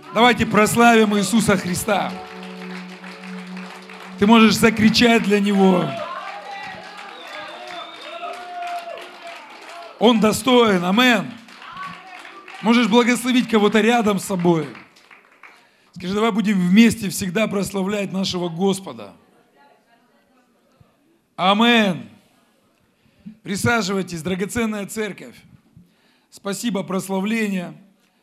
Давайте прославим Иисуса Христа. Ты можешь закричать для Него. Он достоин. Амен. Можешь благословить кого-то рядом с собой. Скажи, давай будем вместе всегда прославлять нашего Господа. Амен. Присаживайтесь, драгоценная церковь. Спасибо, прославление.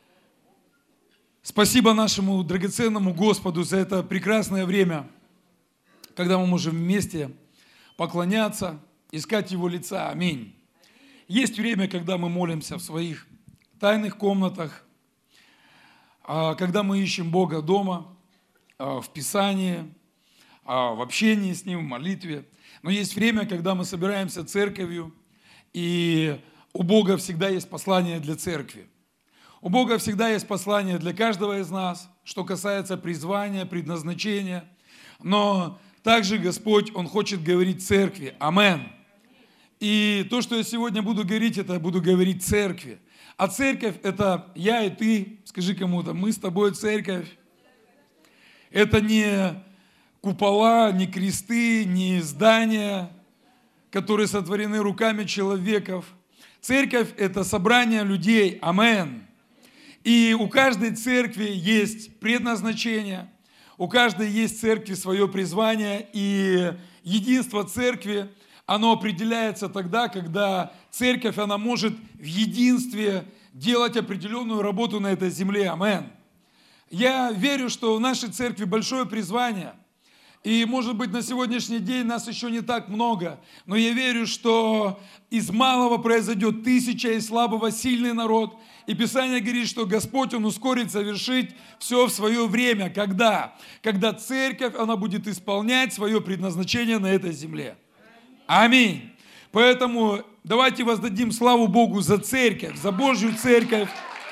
Спасибо нашему драгоценному Господу за это прекрасное время, когда мы можем вместе поклоняться, искать Его лица. Аминь. Есть время, когда мы молимся в своих тайных комнатах, когда мы ищем Бога дома, в Писании, в общении с Ним, в молитве. Но есть время, когда мы собираемся церковью, и у Бога всегда есть послание для церкви. У Бога всегда есть послание для каждого из нас, что касается призвания, предназначения. Но также Господь, Он хочет говорить церкви. Амен. И то, что я сегодня буду говорить, это я буду говорить церкви. А церковь – это я и ты. Скажи кому-то, мы с тобой церковь. Это не купола, не кресты, не здания, которые сотворены руками человеков. Церковь – это собрание людей. Амен. И у каждой церкви есть предназначение, у каждой есть церкви свое призвание, и единство церкви, оно определяется тогда, когда церковь, она может в единстве делать определенную работу на этой земле. Амен. Я верю, что в нашей церкви большое призвание, и, может быть, на сегодняшний день нас еще не так много, но я верю, что из малого произойдет тысяча, из слабого сильный народ. И Писание говорит, что Господь, Он ускорит совершить все в свое время. Когда? Когда церковь, она будет исполнять свое предназначение на этой земле. Аминь. Поэтому давайте воздадим славу Богу за церковь, за Божью церковь,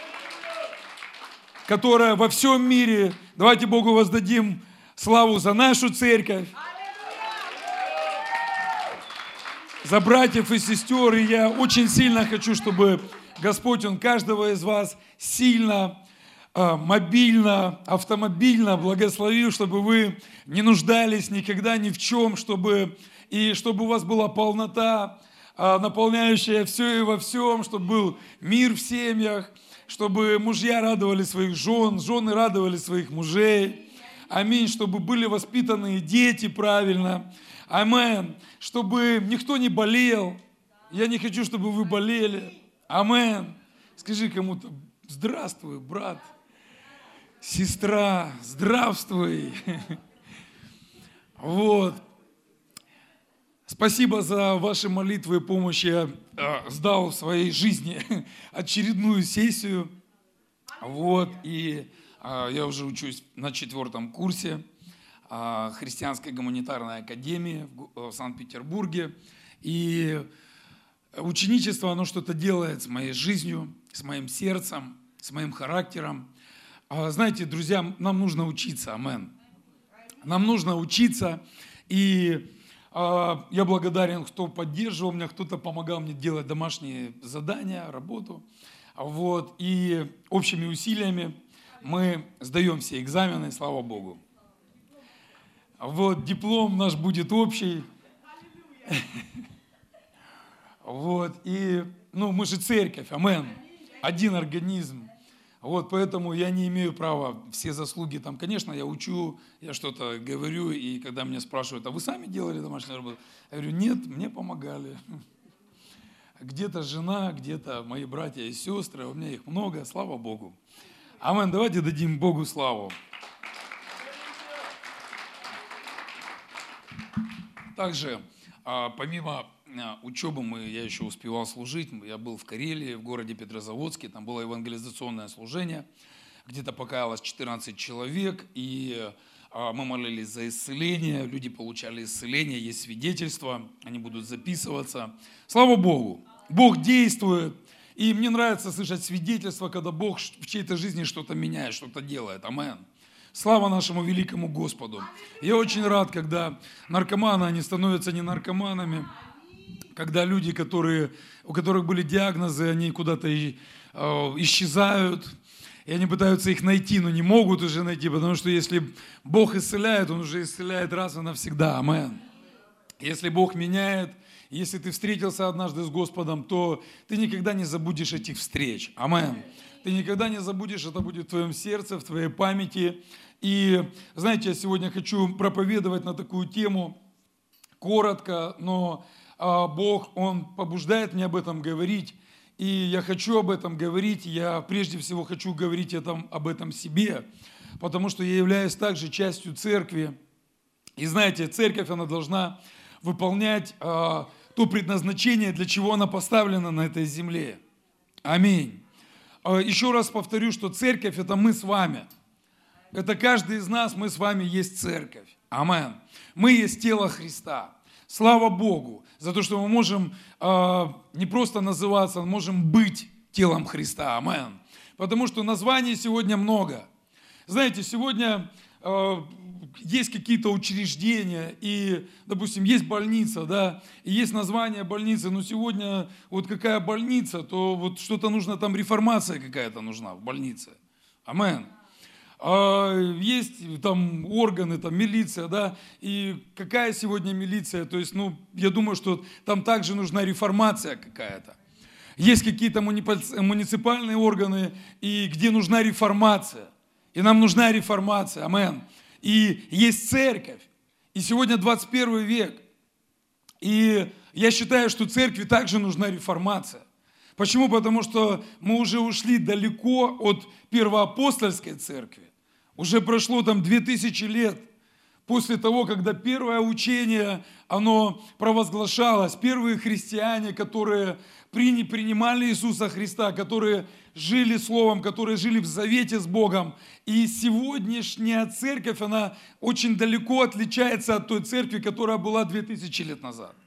которая во всем мире. Давайте Богу воздадим славу за нашу церковь, за братьев и сестер. И я очень сильно хочу, чтобы Господь, Он каждого из вас сильно, мобильно, автомобильно благословил, чтобы вы не нуждались никогда ни в чем, чтобы у вас была полнота, наполняющая все и во всем, чтобы был мир в семьях, чтобы мужья радовали своих жен, жены радовали своих мужей. Аминь, чтобы были воспитанные дети правильно. Амен. Чтобы никто не болел. Я не хочу, чтобы вы болели. Амен. Скажи кому-то, здравствуй, брат, сестра, здравствуй. Вот. Спасибо за ваши молитвы и помощь. Я сдал в своей жизни очередную сессию. Вот. И я уже учусь на 4-м курсе Христианской гуманитарной академии в Санкт-Петербурге. И ученичество, оно что-то делает с моей жизнью, с моим сердцем, с моим характером. Знаете, друзья, нам нужно учиться, амен. Нам нужно учиться, и я благодарен, кто поддерживал меня, кто-то помогал мне делать домашние задания, работу. Вот, и общими усилиями мы сдаем все экзамены, слава Богу. Вот, диплом наш будет общий. Вот, и, мы же церковь, амен, один организм. Вот, поэтому я не имею права все заслуги там, конечно, я учу, я что-то говорю, и когда меня спрашивают, а вы сами делали домашнюю работу? Я говорю, нет, мне помогали. Где-то жена, где-то мои братья и сестры, у меня их много, слава Богу. Амен, давайте дадим Богу славу. Также, помимо учебы, я еще успевал служить. Я был в Карелии, в городе Петрозаводске. Там было евангелизационное служение. Где-то покаялось 14 человек. И мы молились за исцеление. Люди получали исцеление. Есть свидетельства. Они будут записываться. Слава Богу! Бог действует. И мне нравится слышать свидетельства, когда Бог в чьей-то жизни что-то меняет, что-то делает. Амен. Слава нашему великому Господу. Я очень рад, когда наркоманы, они становятся не наркоманами. Когда люди, у которых были диагнозы, они куда-то исчезают. И они пытаются их найти, но не могут уже найти, потому что если Бог исцеляет, Он уже исцеляет раз и навсегда. Амен. Если Бог меняет, если ты встретился однажды с Господом, то ты никогда не забудешь этих встреч. Амен. Ты никогда не забудешь, это будет в твоем сердце, в твоей памяти. И, знаете, я сегодня хочу проповедовать на такую тему, коротко, но Бог, Он побуждает меня об этом говорить. И я хочу об этом говорить, я прежде всего хочу говорить об этом себе, потому что я являюсь также частью церкви. И знаете, церковь, она должна выполнять то предназначение, для чего она поставлена на этой земле. Аминь. Еще раз повторю, что церковь – это мы с вами. Это каждый из нас, мы с вами есть церковь. Амин. Мы есть тело Христа. Слава Богу за то, что мы можем не просто называться, мы можем быть телом Христа. Амин. Потому что названий сегодня много. Знаете, сегодня есть какие-то учреждения, и, допустим, есть больница, да, и есть название больницы, но сегодня вот какая больница, то вот что-то нужно, там реформация какая-то нужна в больнице. Амин. Есть там органы, там милиция, да, и какая сегодня милиция, то есть, я думаю, что там также нужна реформация какая-то. Есть какие-то муниципальные органы, и где нужна реформация, и нам нужна реформация, амен. И есть церковь, и сегодня 21 век, и я считаю, что церкви также нужна реформация. Почему? Потому что мы уже ушли далеко от первоапостольской церкви. Уже прошло там 2000 лет после того, когда первое учение, оно провозглашалось. Первые христиане, которые принимали Иисуса Христа, которые жили Словом, которые жили в завете с Богом. И сегодняшняя церковь, она очень далеко отличается от той церкви, которая была 2000 лет назад.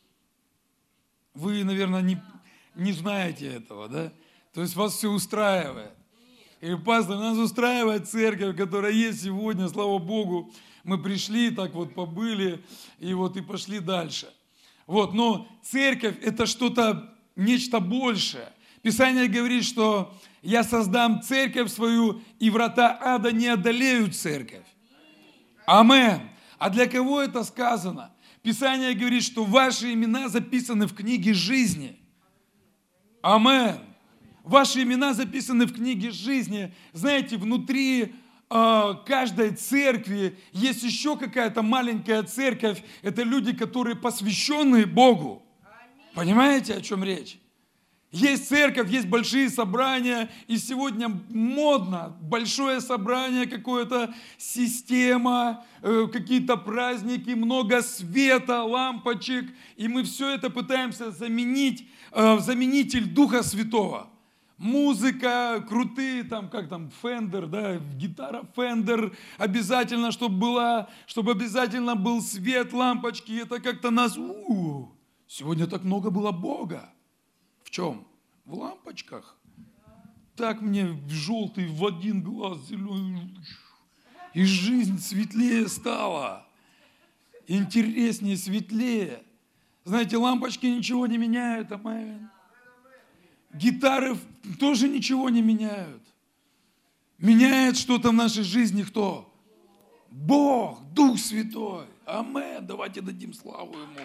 Вы, наверное, не знаете этого, да? То есть вас все устраивает. И, пастор, нас устраивает церковь, которая есть сегодня, слава Богу. Мы пришли, так вот побыли, и пошли дальше. Но церковь – это что-то, нечто большее. Писание говорит, что я создам церковь свою, и врата ада не одолеют церковь. Амен. А для кого это сказано? Писание говорит, что ваши имена записаны в книге жизни. Амен. Ваши имена записаны в книге жизни. Знаете, внутри каждой церкви есть еще какая-то маленькая церковь. Это люди, которые посвященные Богу. Понимаете, о чем речь? Есть церковь, есть большие собрания, и сегодня модно большое собрание, какое-то система, какие-то праздники, много света, лампочек, и мы все это пытаемся заменить в заменитель Духа Святого. Музыка, крутые, Fender, да, гитара Fender, обязательно, чтобы обязательно был свет, лампочки, это как-то нас, сегодня так много было Бога. В чем? В лампочках. Так мне в желтый, в один глаз, зеленый, и жизнь светлее стала, интереснее, светлее. Знаете, лампочки ничего не меняют, амин. Гитары тоже ничего не меняют. Меняет что-то в нашей жизни кто? Бог, Дух Святой. Амин. Давайте дадим славу Ему.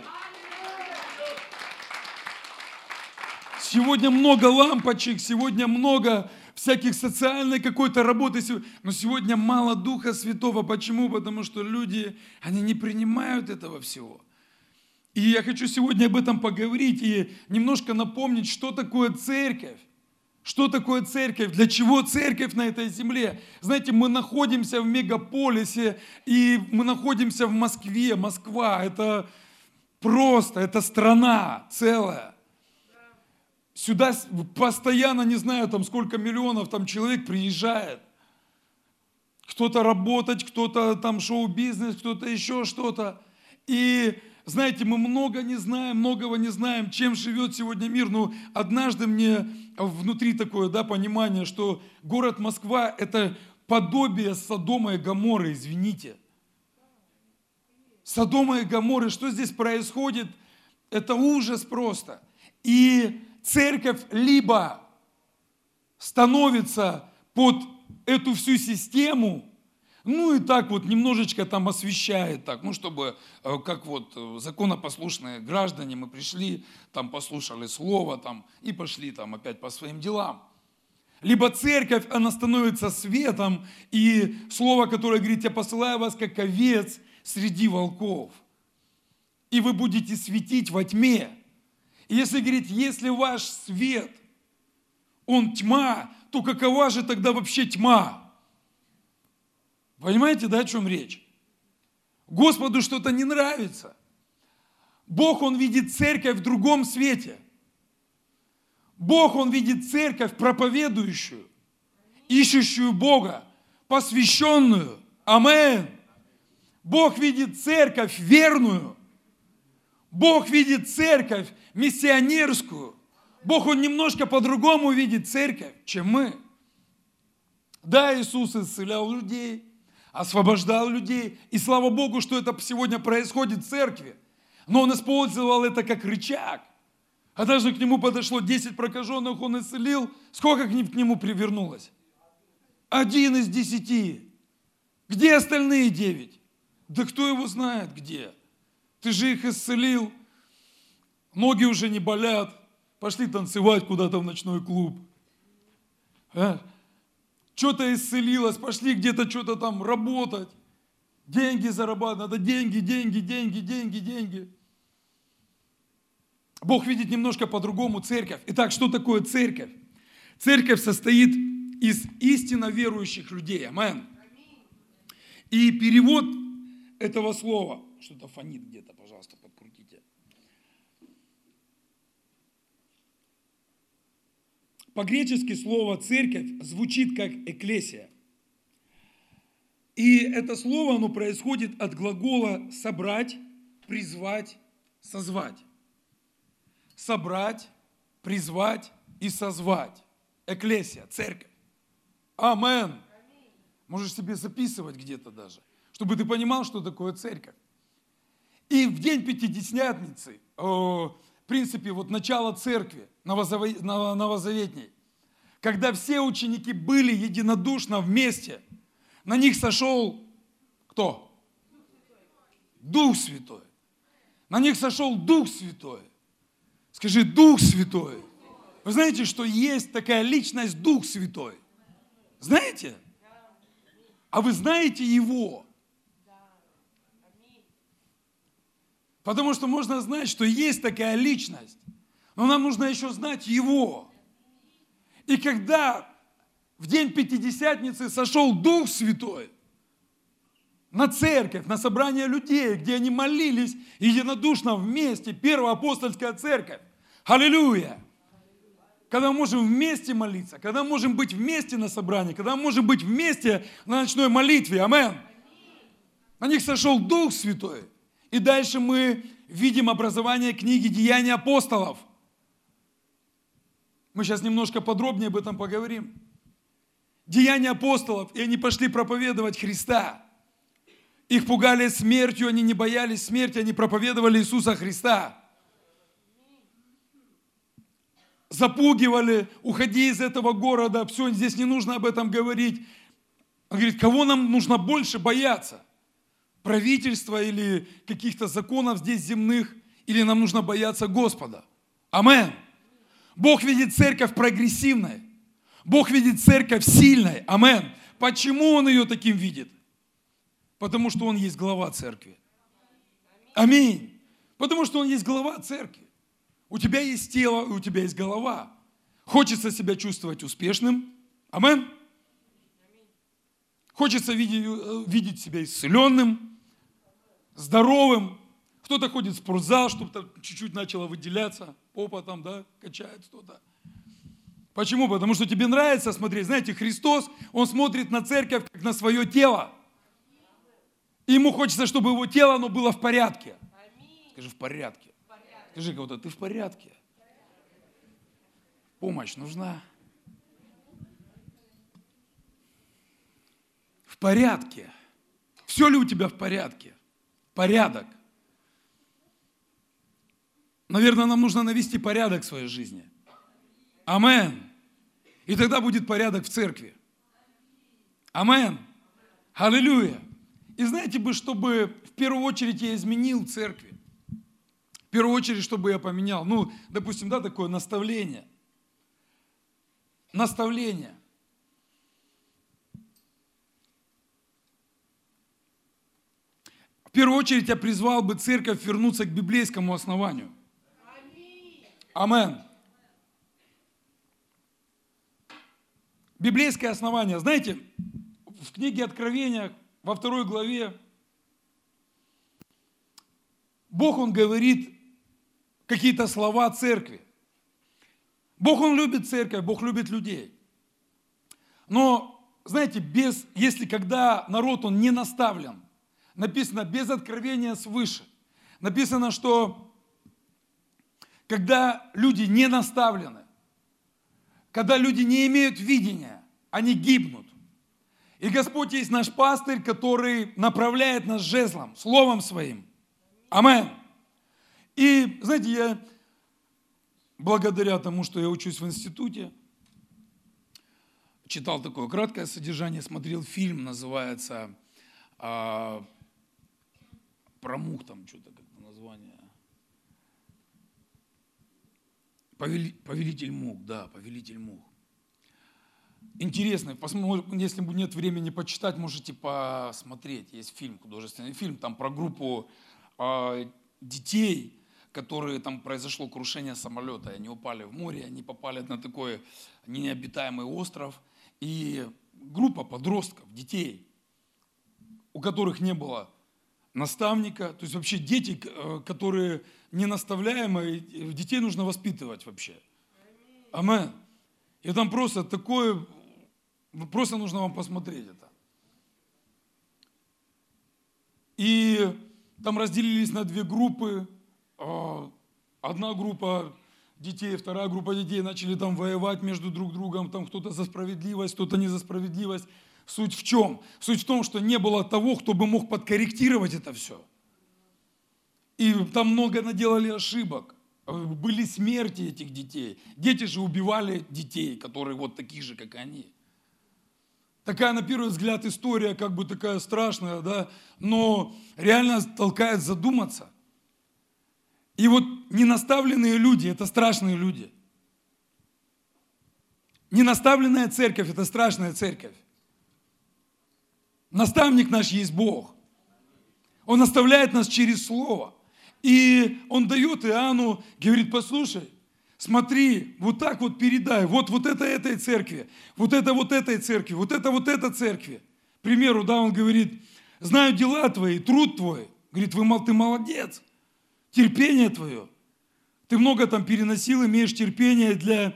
Сегодня много лампочек, сегодня много всяких социальной какой-то работы, но сегодня мало Духа Святого. Почему? Потому что люди, они не принимают этого всего. И я хочу сегодня об этом поговорить и немножко напомнить, что такое церковь. Что такое церковь? Для чего церковь на этой земле? Знаете, мы находимся в мегаполисе, и мы находимся в Москве. Москва – это просто, это страна целая. Сюда постоянно, не знаю, сколько миллионов человек приезжает. Кто-то работать, кто-то шоу-бизнес, кто-то еще что-то. И знаете, мы многого не знаем, чем живет сегодня мир. Но однажды мне внутри такое понимание, что город Москва – это подобие Содома и Гоморры, извините. Содома и Гоморры, что здесь происходит? Это ужас просто. И церковь либо становится под эту всю систему, ну и так вот немножечко там освещает, так, ну чтобы, как вот законопослушные граждане, мы пришли, там послушали слово, там, и пошли там опять по своим делам. Либо церковь, она становится светом, и слово, которое говорит, я посылаю вас как овец среди волков, и вы будете светить во тьме. И если говорить, если ваш свет, он тьма, то какова же тогда вообще тьма? Понимаете, да, о чем речь? Господу что-то не нравится. Бог, Он видит церковь в другом свете. Бог, Он видит церковь проповедующую, ищущую Бога, посвященную. Амин. Бог видит церковь верную. Бог видит церковь миссионерскую. Бог, Он немножко по-другому видит церковь, чем мы. Да, Иисус исцелял людей, освобождал людей. И слава Богу, что это сегодня происходит в церкви. Но Он использовал это как рычаг. Однажды к Нему подошло 10 прокаженных, Он исцелил. Сколько к Нему привернулось? 1 из 10. Где остальные 9? Да кто его знает где? Ты же их исцелил. Ноги уже не болят. Пошли танцевать куда-то в ночной клуб. Что-то исцелилось, пошли где-то что-то там работать. Деньги зарабатывать, надо деньги, деньги, деньги, деньги, деньги. Бог видит немножко по-другому церковь. Итак, что такое церковь? Церковь состоит из истинно верующих людей. Амин. И перевод этого слова, что-то фонит где-то, пожалуйста, подкрутите. По-гречески слово «церковь» звучит как «экклесия». И это слово, оно происходит от глагола «собрать», «призвать», «созвать». Собрать, призвать и созвать. Экклесия, церковь. Амен. Можешь себе записывать где-то даже, чтобы ты понимал, что такое церковь. И в день Пятидесятницы, в принципе, вот начало церкви новозаветней, когда все ученики были единодушно вместе, на них сошел кто? Дух Святой. На них сошел Дух Святой. Скажи, Дух Святой. Вы знаете, что есть такая личность Дух Святой? Знаете? А вы знаете Его? Потому что можно знать, что есть такая личность, но нам нужно еще знать Его. И когда в день Пятидесятницы сошел Дух Святой на церковь, на собрание людей, где они молились единодушно вместе, Первая апостольская церковь. Аллилуйя! Когда мы можем вместе молиться, когда мы можем быть вместе на собрании, когда мы можем быть вместе на ночной молитве. Амин. На них сошел Дух Святой. И дальше мы видим образование книги «Деяния апостолов». Мы сейчас немножко подробнее об этом поговорим. Деяния апостолов, и они пошли проповедовать Христа. Их пугали смертью, они не боялись смерти, они проповедовали Иисуса Христа. Запугивали, уходи из этого города, все, здесь не нужно об этом говорить. Он говорит, кого нам нужно больше бояться? Правительства или каких-то законов здесь земных, или нам нужно бояться Господа? Амин. Бог видит церковь прогрессивной. Бог видит церковь сильной. Амин. Почему Он ее таким видит? Потому что Он есть глава церкви. Аминь. Потому что Он есть глава церкви. У тебя есть тело, и у тебя есть голова. Хочется себя чувствовать успешным. Амин. Хочется видеть себя исцеленным, здоровым. Кто-то ходит в спортзал, чтобы чуть-чуть начало выделяться. Попа там, да, качает что-то. Почему? Потому что тебе нравится смотреть. Знаете, Христос, Он смотрит на церковь, как на свое тело. И Ему хочется, чтобы Его тело, оно было в порядке. Скажи, в порядке. Скажи кого-то, ты в порядке? Помощь нужна? В порядке. Все ли у тебя в порядке? Порядок. Наверное, нам нужно навести порядок в своей жизни. Амин. И тогда будет порядок в церкви. Амен. Аллилуйя. И знаете бы, чтобы в первую очередь я изменил церкви. В первую очередь, чтобы я поменял. Ну, допустим, да, такое наставление. Наставление. В первую очередь я призвал бы церковь вернуться к библейскому основанию. Амен. Библейское основание. Знаете, в книге Откровения, во 2 главе, Бог, Он говорит какие-то слова церкви. Бог, Он любит церковь, Бог любит людей. Но, знаете, если когда народ, он не наставлен, написано без откровения свыше, написано, что когда люди не наставлены, когда люди не имеют видения, они гибнут. И Господь есть наш пастырь, который направляет нас жезлом, словом своим. Амен. И, знаете, я благодаря тому, что я учусь в институте, читал такое краткое содержание, смотрел фильм, называется про мух, там что-то как-то название. Повелитель мух, да, повелитель мух. Интересно, если нет времени почитать, можете посмотреть. Есть фильм, художественный фильм, там про группу детей, которые там произошло крушение самолета, и они упали в море, они попали на такой необитаемый остров. И группа подростков, детей, у которых не было наставника, то есть вообще дети, которые не наставляемые, детей нужно воспитывать вообще. Амен. И там просто такое, просто нужно вам посмотреть это. И там разделились на 2 группы. Одна группа детей, вторая группа детей начали там воевать между друг другом, там кто-то за справедливость, кто-то не за справедливость. Суть в чем? Суть в том, что не было того, кто бы мог подкорректировать это все. И там много наделали ошибок. Были смерти этих детей. Дети же убивали детей, которые вот такие же, как они. Такая, на первый взгляд, история как бы такая страшная, да, но реально толкает задуматься. И вот ненаставленные люди – это страшные люди. Ненаставленная церковь – это страшная церковь. Наставник наш есть Бог. Он наставляет нас через Слово. И Он дает Иоанну, говорит, послушай, смотри, вот так вот передай, вот это этой церкви, вот это этой церкви, вот это церкви. К примеру, да, Он говорит, знаю дела твои, труд твой. Говорит, ты молодец, терпение твое. Ты много там переносил, имеешь терпение для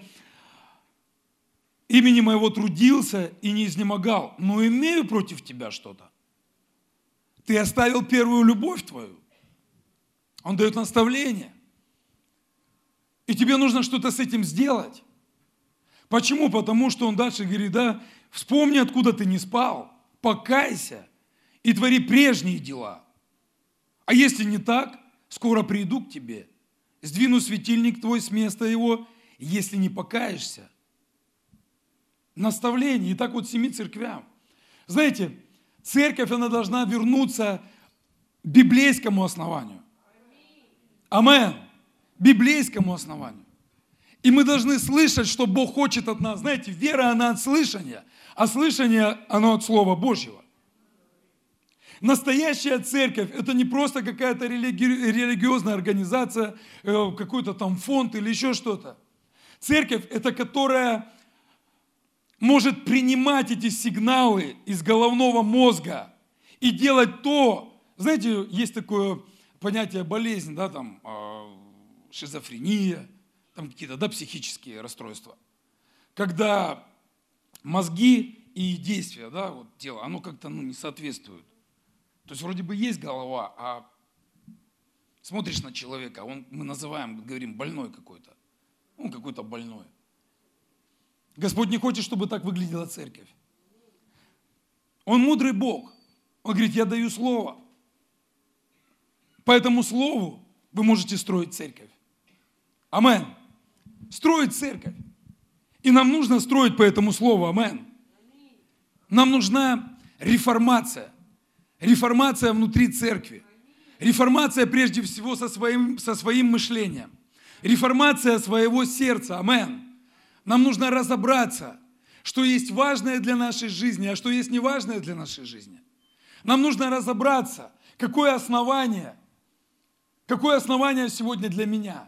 имени моего трудился и не изнемогал. Но имею против тебя что-то. Ты оставил первую любовь твою. Он дает наставление. И тебе нужно что-то с этим сделать. Почему? Потому что он дальше говорит, да, вспомни, откуда ты не спал, покайся и твори прежние дела. А если не так, скоро приду к тебе, сдвину светильник твой с места его, если не покаешься. Наставление. И так вот 7 церквям. Знаете, церковь, она должна вернуться к библейскому основанию. Амен. Библейскому основанию. И мы должны слышать, что Бог хочет от нас. Знаете, вера, она от слышания, а слышание, оно от Слова Божьего. Настоящая церковь – это не просто какая-то религиозная организация, какой-то там фонд или еще что-то. Церковь – это которая может принимать эти сигналы из головного мозга и делать то. Знаете, есть такое понятие болезнь, да, там шизофрения, там какие-то, да, психические расстройства. Когда мозги и действия, да, вот тело, оно как-то не соответствует. То есть вроде бы есть голова, а смотришь на человека, мы называем, говорим, больной какой-то. Он какой-то больной. Господь не хочет, чтобы так выглядела церковь. Он мудрый Бог. Он говорит, я даю слово. По этому слову вы можете строить церковь. Амен. Строить церковь. И нам нужно строить по этому слову. Амен. Нам нужна реформация. Реформация внутри церкви. Реформация прежде всего со своим мышлением. Реформация своего сердца. Амен. Нам нужно разобраться, что есть важное для нашей жизни, а что есть неважное для нашей жизни. Нам нужно разобраться, какое основание сегодня для меня.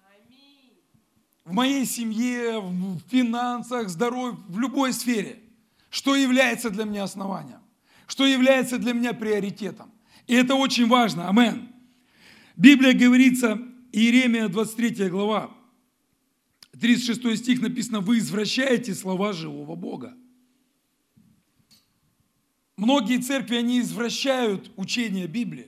В моей семье, в финансах, здоровье, в любой сфере. Что является для меня основанием? Что является для меня приоритетом? И это очень важно. Амен. Библия говорится, Иеремия 23 глава, 36 стих написано: «Вы извращаете слова живого Бога». Многие церкви, они извращают учение Библии.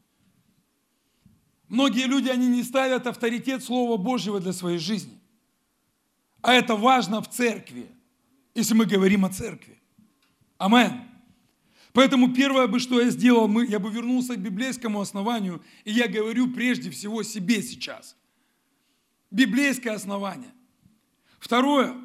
Многие люди, они не ставят авторитет Слова Божьего для своей жизни. А это важно в церкви, если мы говорим о церкви. Амен. Поэтому первое, что я сделал, я бы вернулся к библейскому основанию, и я говорю прежде всего себе сейчас. Библейское основание. Второе.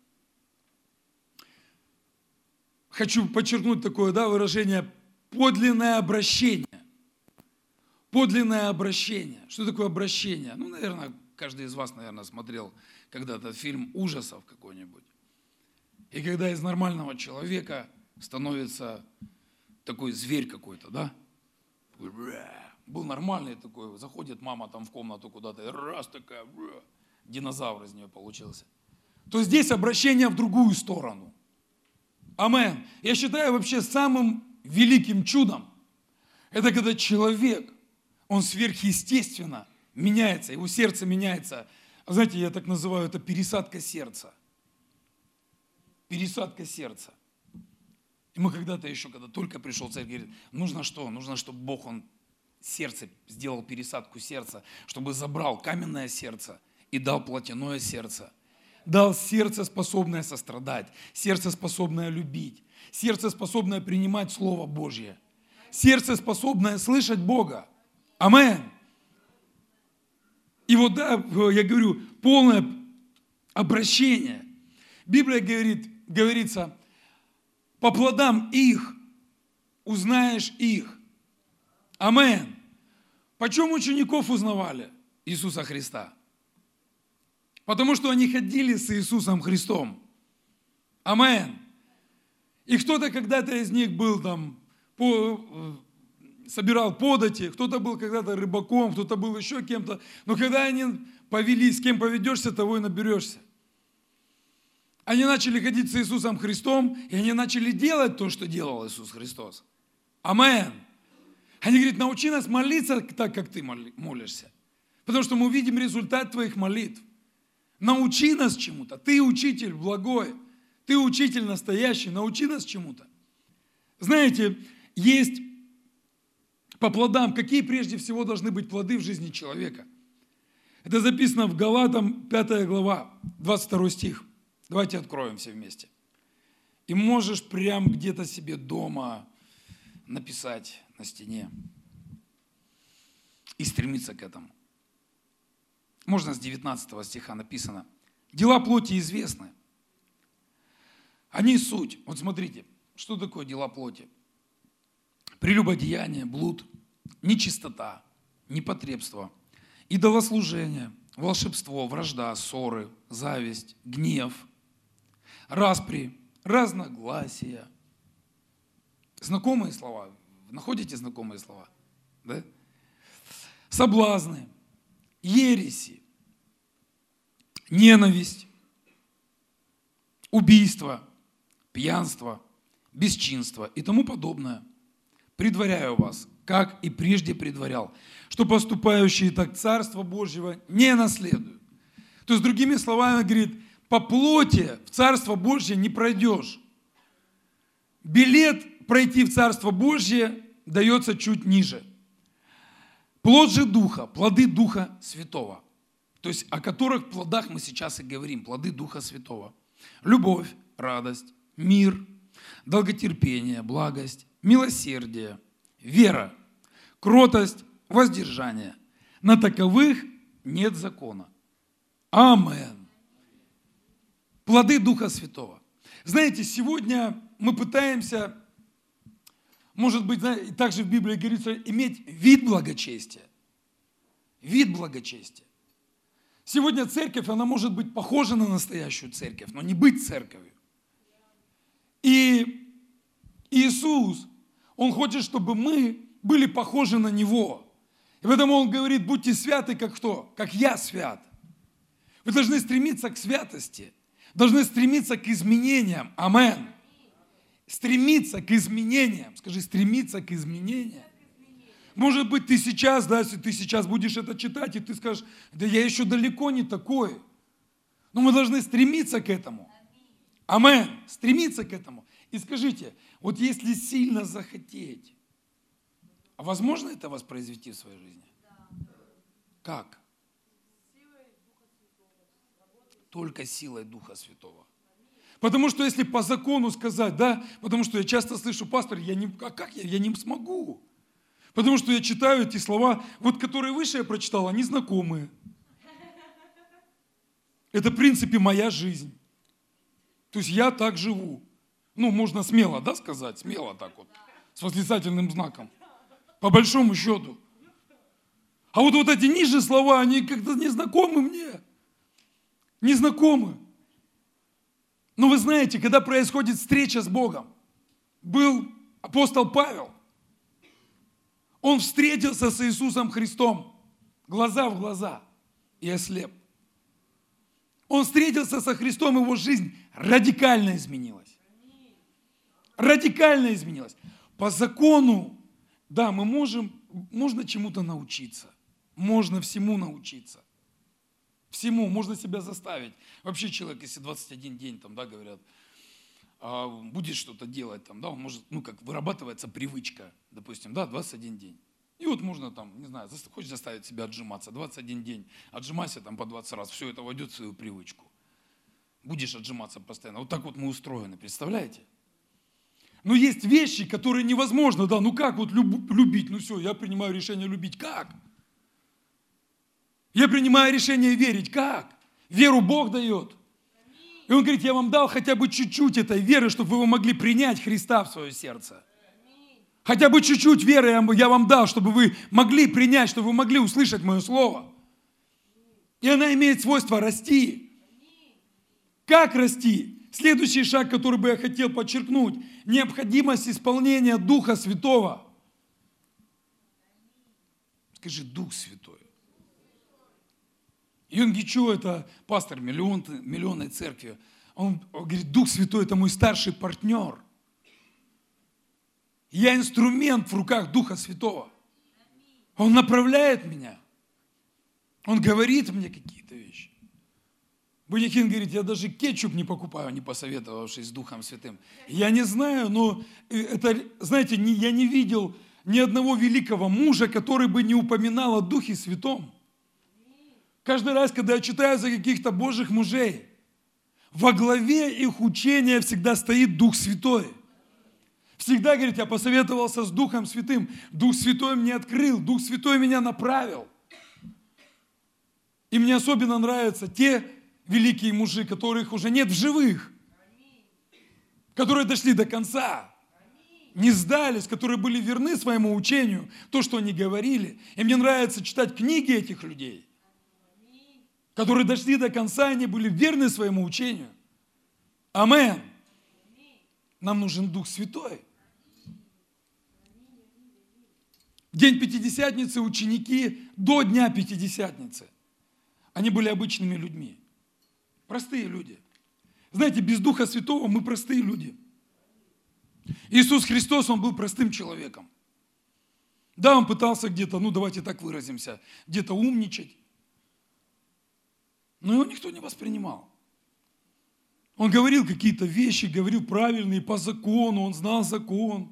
Хочу подчеркнуть такое выражение: подлинное обращение. Подлинное обращение. Что такое обращение? Наверное, каждый из вас, смотрел когда-то фильм ужасов какой-нибудь. И когда из нормального человека становится такой зверь какой-то, да? Был нормальный такой, заходит мама там в комнату куда-то, и раз такая, динозавр из нее получился. То здесь обращение в другую сторону. Амен. Я считаю вообще самым великим чудом, это когда человек, он сверхъестественно меняется, его сердце меняется. Знаете, я так называю это пересадка сердца. Пересадка сердца. И мы когда-то еще, когда только пришел в церковь, говорит, нужно что? Нужно, чтобы Бог, Он сердце сделал пересадку сердца, чтобы забрал каменное сердце и дал плотяное сердце. Дал сердце, способное сострадать, сердце, способное любить, сердце, способное принимать Слово Божье, сердце, способное слышать Бога. Амен. И вот я говорю, полное обращение. Библия говорится, по плодам их узнаешь их. Амен. Почему учеников узнавали Иисуса Христа? Потому что они ходили с Иисусом Христом. Амен. И кто-то когда-то из них был там, собирал подати, кто-то был когда-то рыбаком, кто-то был еще кем-то. Но когда они повелись, с кем поведешься, того и наберешься. Они начали ходить с Иисусом Христом, и они начали делать то, что делал Иисус Христос. Амен. Они говорят, научи нас молиться так, как ты молишься. Потому что мы увидим результат твоих молитв. Научи нас чему-то. Ты учитель благой. Ты учитель настоящий. Научи нас чему-то. Знаете, есть по плодам, какие прежде всего должны быть плоды в жизни человека. Это записано в Галатам 5 глава, 22 стих. Давайте откроем все вместе. И можешь прям где-то себе дома написать на стене и стремиться к этому. Можно с 19 стиха написано. Дела плоти известны. Они суть. Вот смотрите, что такое дела плоти? Прелюбодеяние, блуд, нечистота, непотребство, идолослужение, волшебство, вражда, ссоры, зависть, гнев, распри, разногласия. Знакомые слова? Находите знакомые слова? Да? Соблазны, ереси, ненависть, убийство, пьянство, бесчинство и тому подобное. Предваряю вас, как и прежде предварял, что поступающие так Царство Божьего не наследуют. То есть, другими словами, говорит, по плоти в Царство Божье не пройдешь. Билет пройти в Царство Божье дается чуть ниже. Плод же Духа, плоды Духа Святого. То есть, о которых плодах мы сейчас и говорим, плоды Духа Святого. Любовь, радость, мир, долготерпение, благость, милосердие, вера, кротость, воздержание. На таковых нет закона. Амен. Плоды Духа Святого. Знаете, сегодня мы пытаемся, может быть, знаете, также в Библии говорится, иметь вид благочестия. Вид благочестия. Сегодня церковь, она может быть похожа на настоящую церковь, но не быть церковью. И Иисус, Он хочет, чтобы мы были похожи на Него. И поэтому Он говорит, будьте святы, как кто? Как я свят. Вы должны стремиться к святости, должны стремиться к изменениям. Амен. Стремиться к изменениям. Скажи, стремиться к изменениям. Может быть, ты сейчас, да, если ты сейчас будешь это читать, и ты скажешь, да я еще далеко не такой. Но мы должны стремиться к этому. Амен. Стремиться к этому. И скажите, вот если сильно захотеть, а возможно это воспроизвести в своей жизни? Как? Только силой Духа Святого. Потому что если по закону сказать, да, потому что я часто слышу, пастор, я не смогу. Потому что я читаю эти слова, вот которые выше я прочитал, они знакомые. Это, в принципе, моя жизнь. То есть я так живу. Ну, можно смело, да, сказать? Смело так вот, с восклицательным знаком. По большому счету. А вот эти ниже слова, они как-то незнакомы мне. Незнакомы. Но вы знаете, когда происходит встреча с Богом, был апостол Павел, он встретился с Иисусом Христом, глаза в глаза, и ослеп. Он встретился со Христом, его жизнь радикально изменилась. Радикально изменилась. По закону, да, можно чему-то научиться. Можно всему научиться. Всему, можно себя заставить. Вообще человек, если 21 день, там, да, говорят, будет что-то делать, там, да, он может, как вырабатывается привычка, допустим, да, 21 день. И вот можно там, не знаю, хочешь заставить себя отжиматься, 21 день, отжимайся там по 20 раз, все это войдет в свою привычку. Будешь отжиматься постоянно. Вот так вот мы устроены, представляете? Но есть вещи, которые невозможно, да, как вот любить, все, я принимаю решение любить, как? Я принимаю решение верить, как? Веру Бог дает. И Он говорит, я вам дал хотя бы чуть-чуть этой веры, чтобы вы могли принять Христа в свое сердце. Хотя бы чуть-чуть веры я вам дал, чтобы вы могли принять, чтобы вы могли услышать мое слово. И она имеет свойство расти. Как расти? Следующий шаг, который бы я хотел подчеркнуть, необходимость исполнения Духа Святого. Скажи, Дух Святой. И он говорит, что это пастор миллионной церкви. Он говорит, Дух Святой – это мой старший партнер. Я инструмент в руках Духа Святого. Он направляет меня. Он говорит мне какие-то вещи. Бунякин говорит, я даже кетчуп не покупаю, не посоветовавшись с Духом Святым. Я не знаю, но это, знаете, я не видел ни одного великого мужа, который бы не упоминал о Духе Святом. Каждый раз, когда я читаю за каких-то Божьих мужей, во главе их учения всегда стоит Дух Святой. Всегда, говорит, я посоветовался с Духом Святым. Дух Святой мне открыл, Дух Святой меня направил. И мне особенно нравятся те великие мужи, которых уже нет в живых, которые дошли до конца, не сдались, которые были верны своему учению, то, что они говорили. И мне нравится читать книги этих людей, которые дошли до конца, они были верны своему учению. Амен. Нам нужен Дух Святой. В день Пятидесятницы ученики до Дня Пятидесятницы, они были обычными людьми. Простые люди. Знаете, без Духа Святого мы простые люди. Иисус Христос, Он был простым человеком. Да, Он пытался где-то, давайте так выразимся, где-то умничать. Но его никто не воспринимал. Он говорил какие-то вещи, говорил правильные по закону, он знал закон.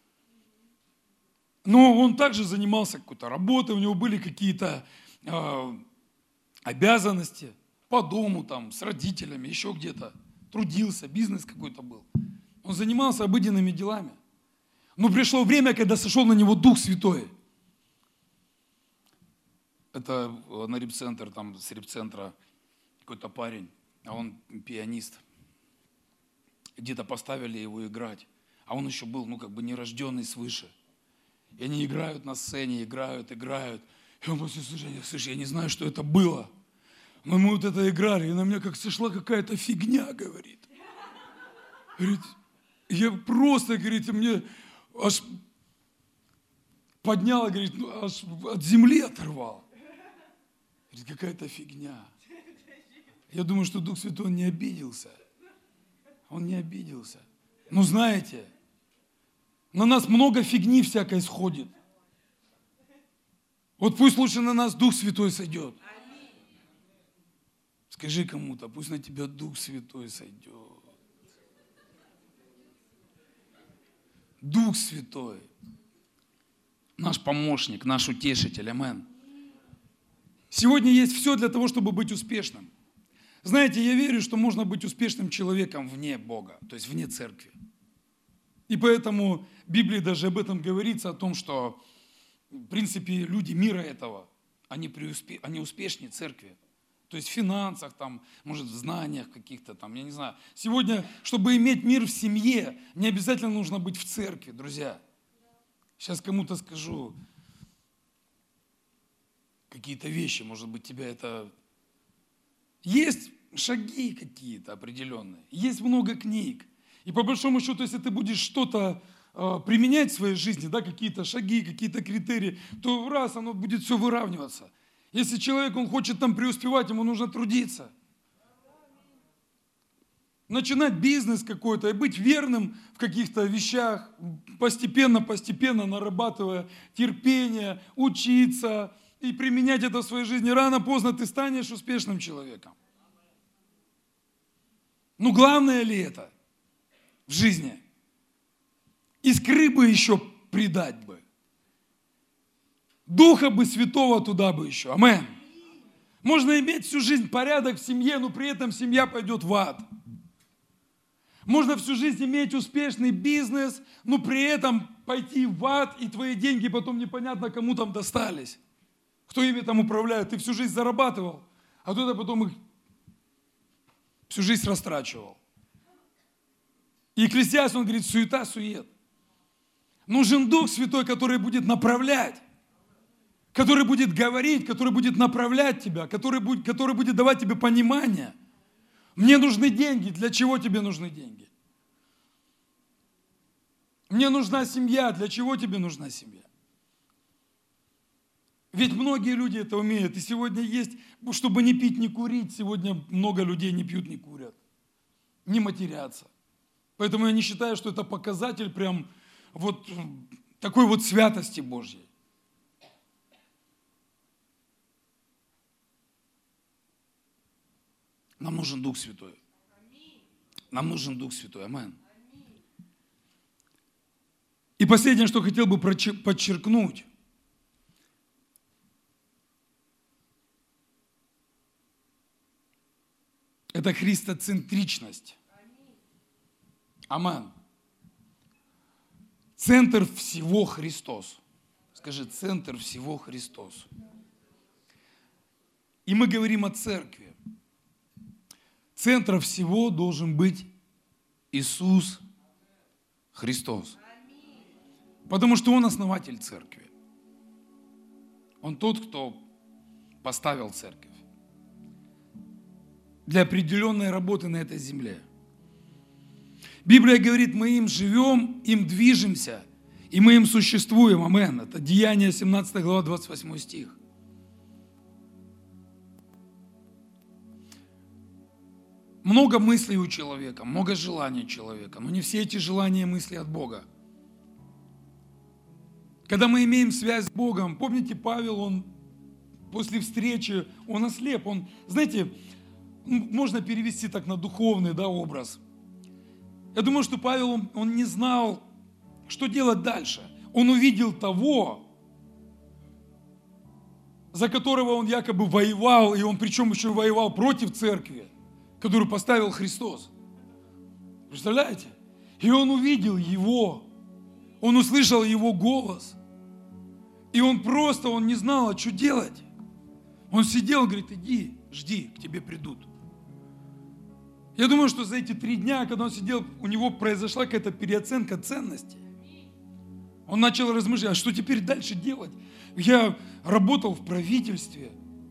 Но он также занимался какой-то работой, у него были какие-то обязанности по дому, там, с родителями, еще где-то. Трудился, бизнес какой-то был. Он занимался обыденными делами. Но пришло время, когда сошел на него Дух Святой. Это на репцентр, там с репцентра какой-то парень, а он пианист. где-то поставили его играть, а он еще был, нерожденный свыше. И они играют на сцене, играют. И он после служения: слушай, я не знаю, что это было, но мы вот это играли, и на меня как сошла какая-то фигня, говорит. Говорит, я просто, говорит, мне аж подняла, говорит, аж от земли оторвал. Говорит, какая-то фигня. Я думаю, что Дух Святой, он не обиделся. Он не обиделся. Но знаете, на нас много фигни всякой сходит. Вот пусть лучше на нас Дух Святой сойдет. Скажи кому-то, пусть на тебя Дух Святой сойдет. Дух Святой, наш помощник, наш утешитель, амин. Сегодня есть все для того, чтобы быть успешным. Знаете, я верю, что можно быть успешным человеком вне Бога, то есть вне церкви. И поэтому в Библии даже об этом говорится, о том, что, в принципе, люди мира этого, они успешнее церкви. То есть в финансах, может, в знаниях каких-то, я не знаю. Сегодня, чтобы иметь мир в семье, не обязательно нужно быть в церкви, друзья. Сейчас кому-то скажу какие-то вещи, может быть, тебя это... Есть шаги какие-то определенные, есть много книг. И по большому счету, если ты будешь что-то применять в своей жизни, какие-то шаги, какие-то критерии, то раз оно будет все выравниваться. Если человек, он хочет преуспевать, ему нужно трудиться. Начинать бизнес какой-то и быть верным в каких-то вещах, постепенно нарабатывая терпение, учиться и применять это в своей жизни. Рано-поздно ты станешь успешным человеком. Но главное ли это в жизни? Искры бы еще придать бы. Духа бы Святого туда бы еще. Амин. Можно иметь всю жизнь порядок в семье, но при этом семья пойдет в ад. Можно всю жизнь иметь успешный бизнес, но при этом пойти в ад, и твои деньги потом непонятно кому достались. Кто ими управляет. Ты всю жизнь зарабатывал, а кто-то потом их всю жизнь растрачивал. И Екклесиаст, он говорит, суета-сует. Нужен Дух Святой, который будет направлять, который будет говорить, который будет направлять тебя, который будет давать тебе понимание. Мне нужны деньги. Для чего тебе нужны деньги? Мне нужна семья. Для чего тебе нужна семья? Ведь многие люди это умеют. И сегодня есть, чтобы не пить, не курить, сегодня много людей не пьют, не курят, не матерятся. Поэтому я не считаю, что это показатель прям такой святости Божьей. Нам нужен Дух Святой. Нам нужен Дух Святой. Амин. И последнее, что хотел бы подчеркнуть. Это христоцентричность. Амин. Центр всего Христос. Скажи, центр всего Христос. И мы говорим о церкви. Центром всего должен быть Иисус Христос. Потому что Он основатель церкви. Он тот, кто поставил церковь для определенной работы на этой земле. Библия говорит, мы им живем, им движемся, и мы им существуем. Амин. Это Деяния 17 глава, 28 стих. Много мыслей у человека, много желаний у человека, но не все эти желания и мысли от Бога. Когда мы имеем связь с Богом, помните, Павел, он после встречи, он ослеп, знаете, можно перевести так на духовный образ. Я думаю, что Павел, он не знал, что делать дальше. Он увидел того, за которого он якобы воевал, и он причем еще воевал против церкви, которую поставил Христос. Представляете? И он увидел его, он услышал его голос, и он не знал, что делать. Он сидел, говорит, иди, жди, к тебе придут. Я думаю, что за эти 3 дня, когда он сидел, у него произошла какая-то переоценка ценностей. Он начал размышлять, а что теперь дальше делать? Я работал в правительстве.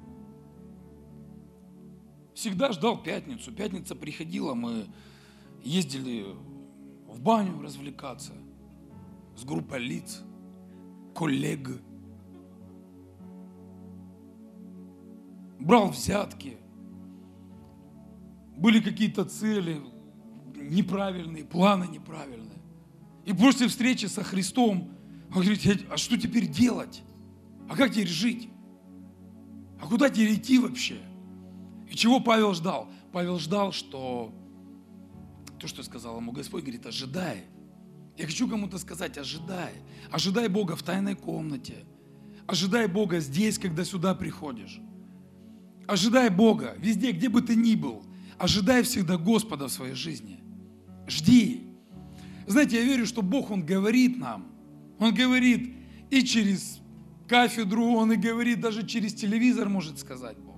Всегда ждал пятницу. Пятница приходила, мы ездили в баню развлекаться с группой лиц, коллег. Брал взятки. Были какие-то цели неправильные, планы неправильные. И после встречи со Христом он говорит, а что теперь делать? А как теперь жить? А куда теперь идти вообще? И чего Павел ждал? Павел ждал, что то, что сказал ему Господь, говорит, ожидай. Я хочу кому-то сказать, ожидай. Ожидай Бога в тайной комнате. Ожидай Бога здесь, когда сюда приходишь. Ожидай Бога везде, где бы ты ни был. Ожидай всегда Господа в своей жизни. Жди. Знаете, я верю, что Бог, Он говорит нам. Он говорит и через кафедру, Он и говорит, даже через телевизор может сказать Бог.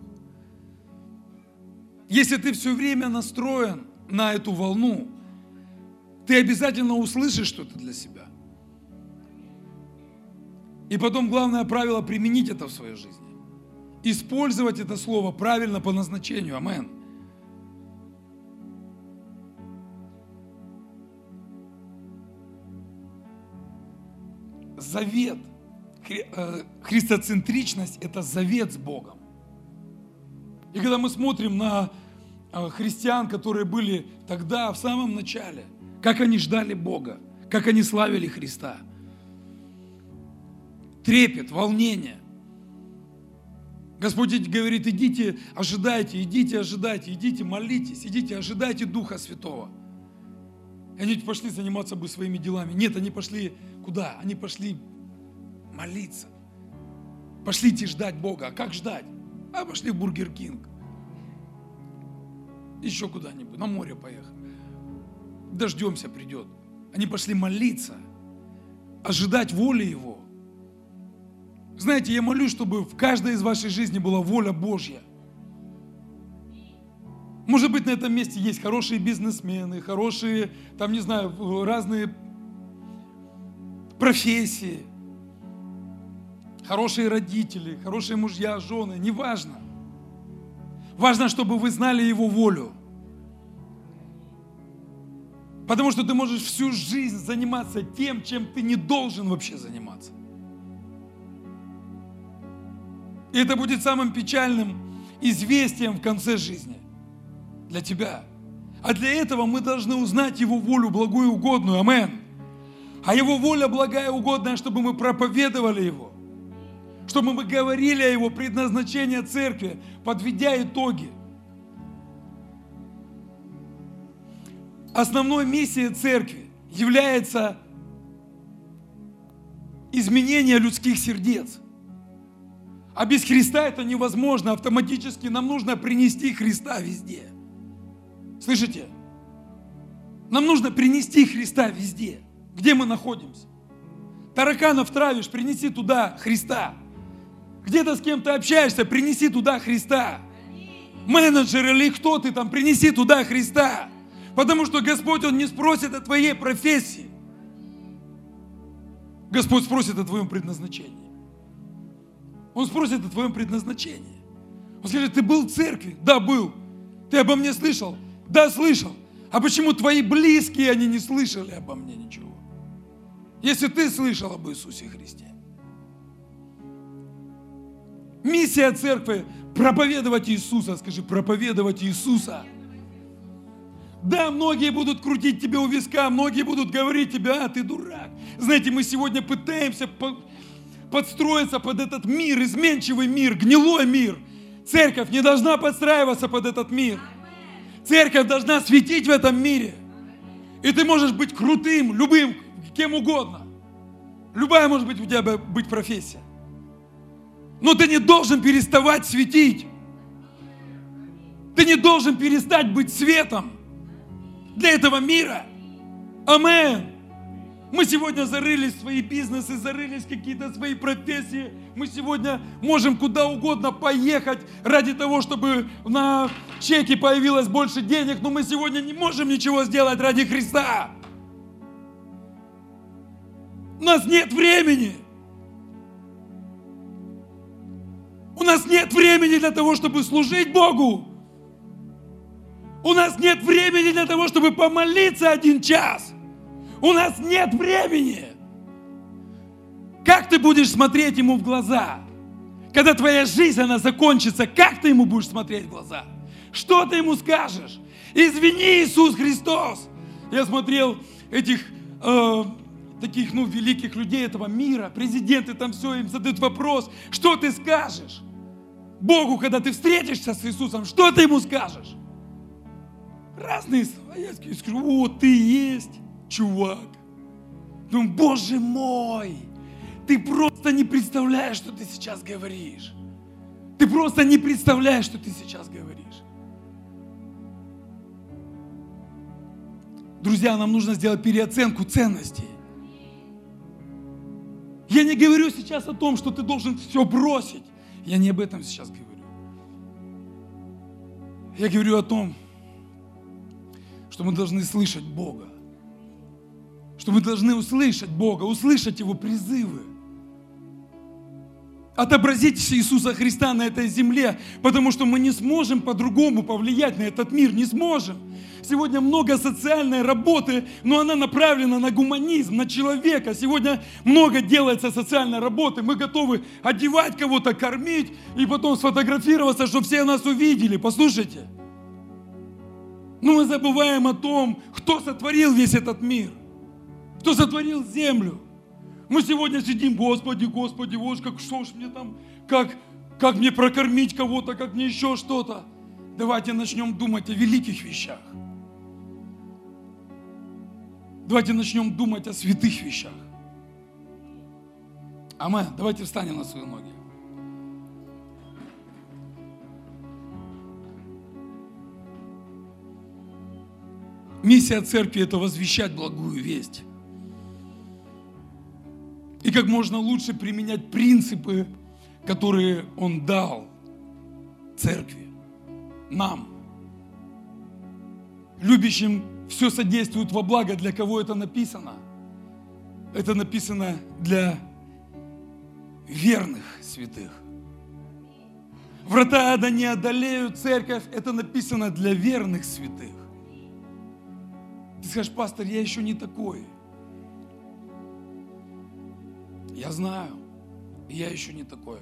Если ты все время настроен на эту волну, ты обязательно услышишь что-то для себя. И потом главное правило применить это в своей жизни. Использовать это слово правильно по назначению. Амин. Завет, христоцентричность – это завет с Богом. И когда мы смотрим на христиан, которые были тогда, в самом начале, как они ждали Бога, как они славили Христа. Трепет, волнение. Господь говорит, идите, ожидайте, идите, молитесь, идите, ожидайте Духа Святого. И они пошли заниматься бы своими делами. Нет, они пошли куда? Они пошли молиться. Пошлите ждать Бога. А как ждать? А пошли в Бургер Кинг. Еще куда-нибудь, на море поехали. Дождемся, придет. Они пошли молиться, ожидать воли Его. Знаете, я молюсь, чтобы в каждой из вашей жизни была воля Божья. Может быть, на этом месте есть хорошие бизнесмены, хорошие, там, не знаю, разные профессии, хорошие родители, хорошие мужья, жены, неважно. Важно, чтобы вы знали Его волю. Потому что ты можешь всю жизнь заниматься тем, чем ты не должен вообще заниматься. И это будет самым печальным известием в конце жизни для тебя. А для этого мы должны узнать Его волю благую и угодную. Амин. А Его воля благая и угодная, чтобы мы проповедовали Его. Чтобы мы говорили о Его предназначении церкви, подведя итоги. Основной миссией церкви является изменение людских сердец. А без Христа это невозможно. Автоматически нам нужно принести Христа везде. Слышите? Нам нужно принести Христа везде, где мы находимся. Тараканов травишь, принеси туда Христа. Где-то с кем-то общаешься, принеси туда Христа. Менеджер или кто ты там, принеси туда Христа. Потому что Господь, Он не спросит о твоей профессии. Господь спросит о твоем предназначении. Он спросит о твоем предназначении. Он скажет, ты был в церкви? Да, был. Ты обо мне слышал? Да, слышал. А почему твои близкие, они не слышали обо мне ничего? Если ты слышал об Иисусе Христе. Миссия церкви – проповедовать Иисуса. Скажи, проповедовать Иисуса. Да, многие будут крутить тебя у виска, многие будут говорить тебе, а ты дурак. Знаете, мы сегодня пытаемся подстроиться под этот мир, изменчивый мир, гнилой мир. Церковь не должна подстраиваться под этот мир. Церковь должна светить в этом мире. И ты можешь быть крутым, любым, кем угодно. Любая может быть у тебя быть профессия. Но ты не должен переставать светить. Ты не должен перестать быть светом для этого мира. Амин. Мы сегодня зарылись в свои бизнесы, зарылись в какие-то свои профессии. Мы сегодня можем куда угодно поехать ради того, чтобы на чеке появилось больше денег, но мы сегодня не можем ничего сделать ради Христа. У нас нет времени. У нас нет времени для того, чтобы служить Богу. У нас нет времени для того, чтобы помолиться 1 час. У нас нет времени. Как ты будешь смотреть Ему в глаза? Когда твоя жизнь, она закончится, как ты Ему будешь смотреть в глаза? Что ты Ему скажешь? Извини, Иисус Христос. Я смотрел этих таких, великих людей этого мира, президенты там все, им задают вопрос, что ты скажешь Богу, когда ты встретишься с Иисусом, что ты Ему скажешь? Разные слова. Я скажу, вот ты есть чувак. Думаю, Боже мой, ты просто не представляешь, что ты сейчас говоришь. Ты просто не представляешь, что ты сейчас говоришь. Друзья, нам нужно сделать переоценку ценностей. Я не говорю сейчас о том, что ты должен все бросить. Я не об этом сейчас говорю. Я говорю о том, что мы должны слышать Бога. Что мы должны услышать Бога, услышать Его призывы. Отобразить Иисуса Христа на этой земле, потому что мы не сможем по-другому повлиять на этот мир, не сможем. Сегодня много социальной работы, но она направлена на гуманизм, на человека. Сегодня много делается социальной работы. Мы готовы одевать кого-то, кормить и потом сфотографироваться, чтобы все нас увидели. Послушайте. Но мы забываем о том, кто сотворил весь этот мир, кто сотворил землю. Мы сегодня сидим, Господи, Господи, вот что ж мне там, как мне прокормить кого-то, как мне еще что-то. Давайте начнем думать о великих вещах. Давайте начнем думать о святых вещах. Аминь. Давайте встанем на свои ноги. Миссия церкви – это возвещать благую весть. И как можно лучше применять принципы, которые Он дал церкви, нам. Любящим все содействует во благо. Для кого это написано? Это написано для верных святых. Врата ада не одолеют церковь. Это написано для верных святых. Ты скажешь, пастор, я еще не такой. Я знаю, я еще не такой.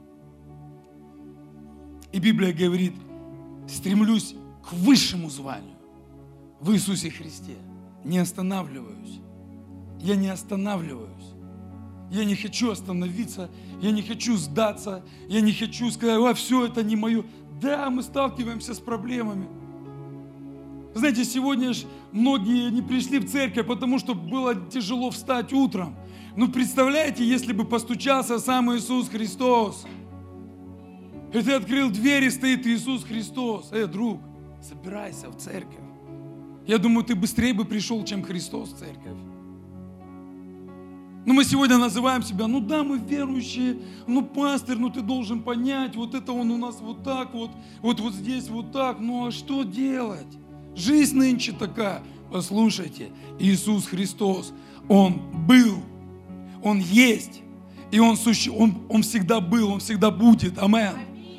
И Библия говорит, стремлюсь к высшему званию в Иисусе Христе. Не останавливаюсь. Я не останавливаюсь. Я не хочу остановиться, я не хочу сдаться, я не хочу сказать, все это не мое. Да, мы сталкиваемся с проблемами. Знаете, сегодня же многие не пришли в церковь, потому что было тяжело встать утром. Но представляете, если бы постучался сам Иисус Христос, и ты открыл дверь, и стоит Иисус Христос. Друг, собирайся в церковь. Я думаю, ты быстрее бы пришел, чем Христос в церковь. Но мы сегодня называем себя, мы верующие, пастор, ты должен понять, вот это он у нас вот так вот здесь вот так, а что делать? Жизнь нынче такая. Послушайте, Иисус Христос, Он был, Он есть, и Он всегда был, Он всегда будет. Аминь.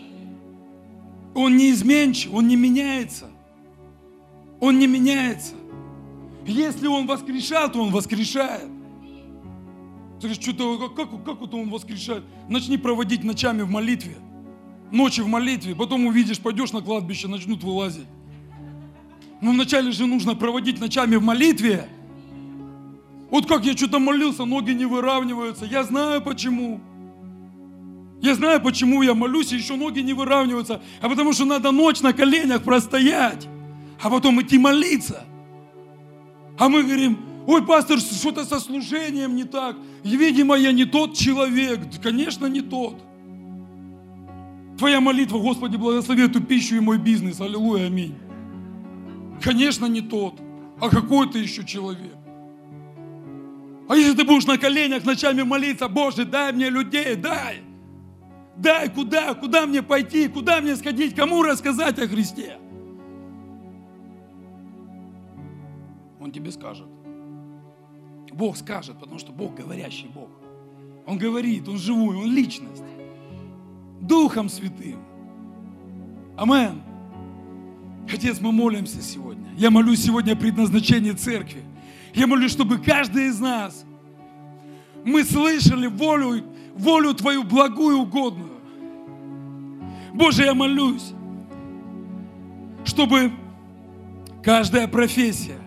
Он не изменчив, Он не меняется. Он не меняется. Если Он воскрешает, то Он воскрешает. Ты говоришь, что-то, как это Он воскрешает? Начни проводить ночами в молитве. Ночи в молитве, потом увидишь, пойдешь на кладбище, начнут вылазить. Но вначале же нужно проводить ночами в молитве. Вот как я что-то молился, ноги не выравниваются. Я знаю почему. Я знаю, почему я молюсь, и еще ноги не выравниваются. А потому что надо ночь на коленях простоять, а потом идти молиться. А мы говорим, ой, пастор, что-то со служением не так. И, видимо, я не тот человек. Конечно, не тот. Твоя молитва, Господи, благослови эту пищу и мой бизнес. Аллилуйя, аминь. Конечно, не тот. А какой ты еще человек? А если ты будешь на коленях ночами молиться: Боже, дай мне людей, дай. Дай куда мне пойти, куда мне сходить, кому рассказать о Христе? Он тебе скажет. Бог скажет, потому что Бог говорящий Бог. Он говорит, Он живой, Он личность. Духом Святым. Амен. Отец, мы молимся сегодня. Я молюсь сегодня о предназначении церкви. Я молюсь, чтобы каждый из нас, мы слышали волю Твою благую и угодную. Боже, я молюсь, чтобы каждая профессия,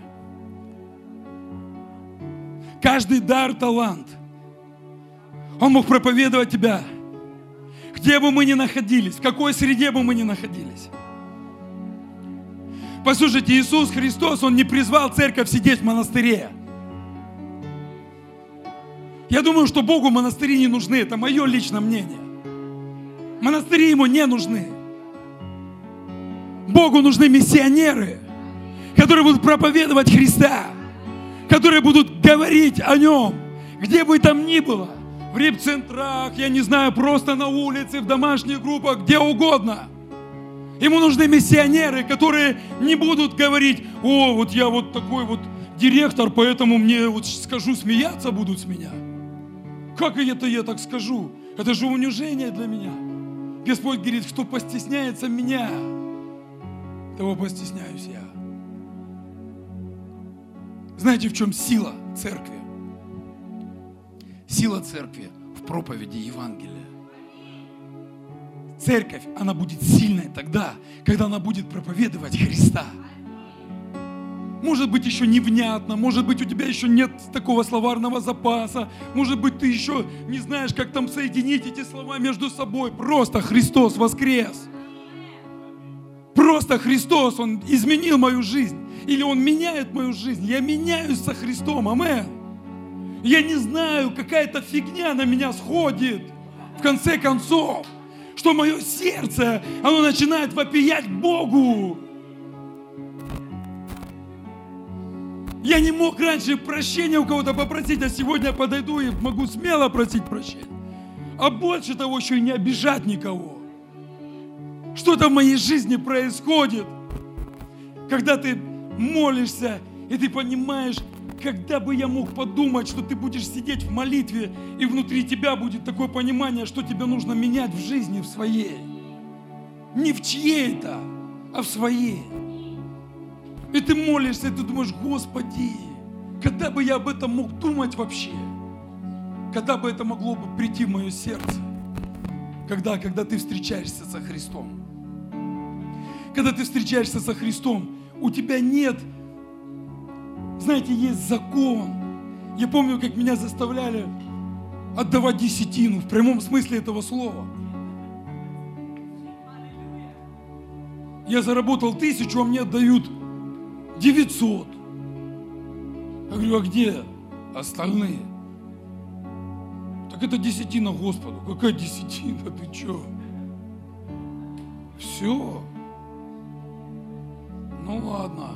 каждый дар, талант, он мог проповедовать Тебя, где бы мы ни находились, в какой среде бы мы ни находились. Послушайте, Иисус Христос, Он не призвал церковь сидеть в монастыре. Я думаю, что Богу монастыри не нужны, это мое личное мнение. Монастыри Ему не нужны. Богу нужны миссионеры, которые будут проповедовать Христа, которые будут говорить о Нем, где бы там ни было, в репцентрах, я не знаю, просто на улице, в домашних группах, где угодно. Ему нужны миссионеры, которые не будут говорить: о, вот я вот такой вот директор, поэтому мне вот скажу, смеяться будут с меня. Как это я так скажу? Это же унижение для меня. Господь говорит: кто постесняется меня, того постесняюсь я. Знаете, в чем сила церкви? Сила церкви в проповеди Евангелия. Церковь, она будет сильной тогда, когда она будет проповедовать Христа. Может быть, еще невнятно, может быть, у тебя еще нет такого словарного запаса, может быть, ты еще не знаешь, как там соединить эти слова между собой. Просто Христос воскрес. Просто Христос, Он изменил мою жизнь. Или Он меняет мою жизнь. Я меняюсь со Христом. Амен. Я не знаю, какая-то фигня на меня сходит. В конце концов, что мое сердце, оно начинает вопиять к Богу. Я не мог раньше прощения у кого-то попросить, а сегодня подойду и могу смело просить прощения. А больше того, еще и не обижать никого. Что-то в моей жизни происходит, когда ты молишься, и ты понимаешь, когда бы я мог подумать, что ты будешь сидеть в молитве, и внутри тебя будет такое понимание, что тебе нужно менять в жизни в своей. Не в чьей-то, а в своей. И ты молишься, и ты думаешь: Господи, когда бы я об этом мог думать вообще? Когда бы это могло бы прийти в мое сердце? Когда ты встречаешься со Христом. Когда ты встречаешься со Христом, у тебя нет, знаете, есть закон. Я помню, как меня заставляли отдавать десятину в прямом смысле этого слова. Я заработал 1000, а мне отдают 900. Я говорю: а где остальные? Так это десятина Господу. Какая десятина? Ты что? Все? Ну ладно.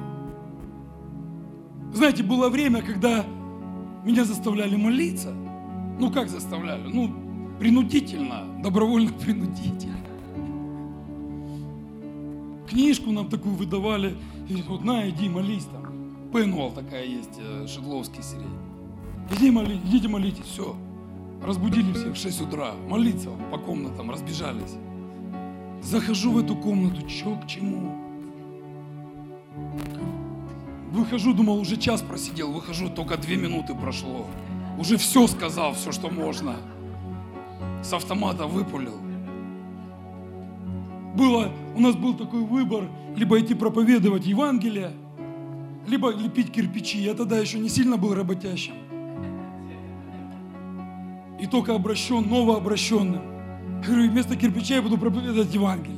Знаете, было время, когда меня заставляли молиться. Ну как заставляли? Ну, принудительно, добровольно-принудительно. Книжку нам такую выдавали. И говорит: вот на, иди молись там. Пенуал такая есть, Шедловский серия. Идите молитесь, все. Разбудили всех в 6 утра. Молиться по комнатам, разбежались. Захожу в эту комнату, чё к чему? Выхожу, думал, уже час просидел. Выхожу, только 2 минуты прошло. Уже все сказал, все, что можно. С автомата выпулил. У нас был такой выбор: либо идти проповедовать Евангелие, либо лепить кирпичи. Я тогда еще не сильно был работящим. И только новообращенным. Я говорю: вместо кирпича я буду проповедовать Евангелие.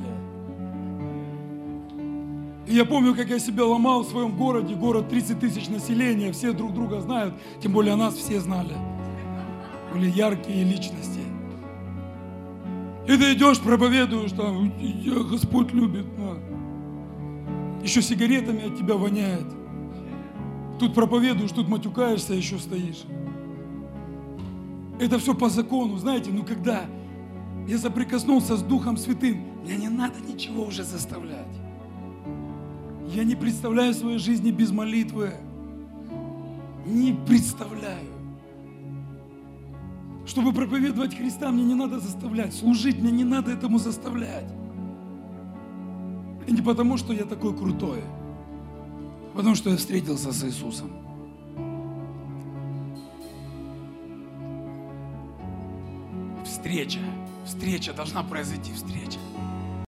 И я помню, как я себя ломал в своем городе. Город 30 тысяч населения, все друг друга знают. Тем более нас все знали. Были яркие личности. И ты идешь, проповедуешь, там: Господь любит. Еще сигаретами от тебя воняет. тут проповедуешь, тут матюкаешься, еще стоишь. Это все по закону, знаете, когда я соприкоснулся с Духом Святым, мне не надо ничего уже заставлять. Я не представляю своей жизни без молитвы. Не представляю. Чтобы проповедовать Христа, мне не надо заставлять. Служить мне не надо этому заставлять. И не потому, что я такой крутой. Потому что я встретился с Иисусом. Встреча должна произойти, встреча.